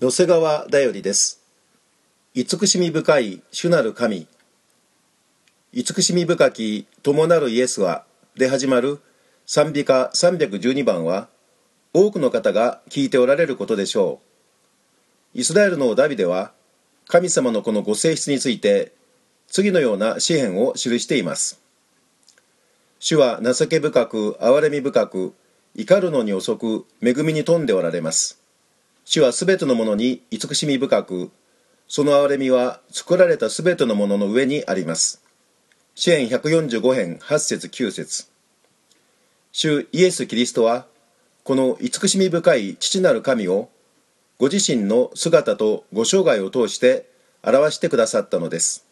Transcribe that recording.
野瀬川だよりです。慈しみ深い主なる神、慈しみ深き友なるイエスはで始まる賛美歌312番は、多くの方が聞いておられることでしょう。イスラエルのダビデは神様のこのご性質について次のような詩篇を記しています。主は情け深く憐れみ深く、怒るのに遅く恵みに富んでおられます。主はすべてのものに慈しみ深く、その憐れみは作られたすべてのものの上にあります。詩編145編8節9節。主イエス・キリストはこの慈しみ深い父なる神をご自身の姿とご生涯を通して表してくださったのです。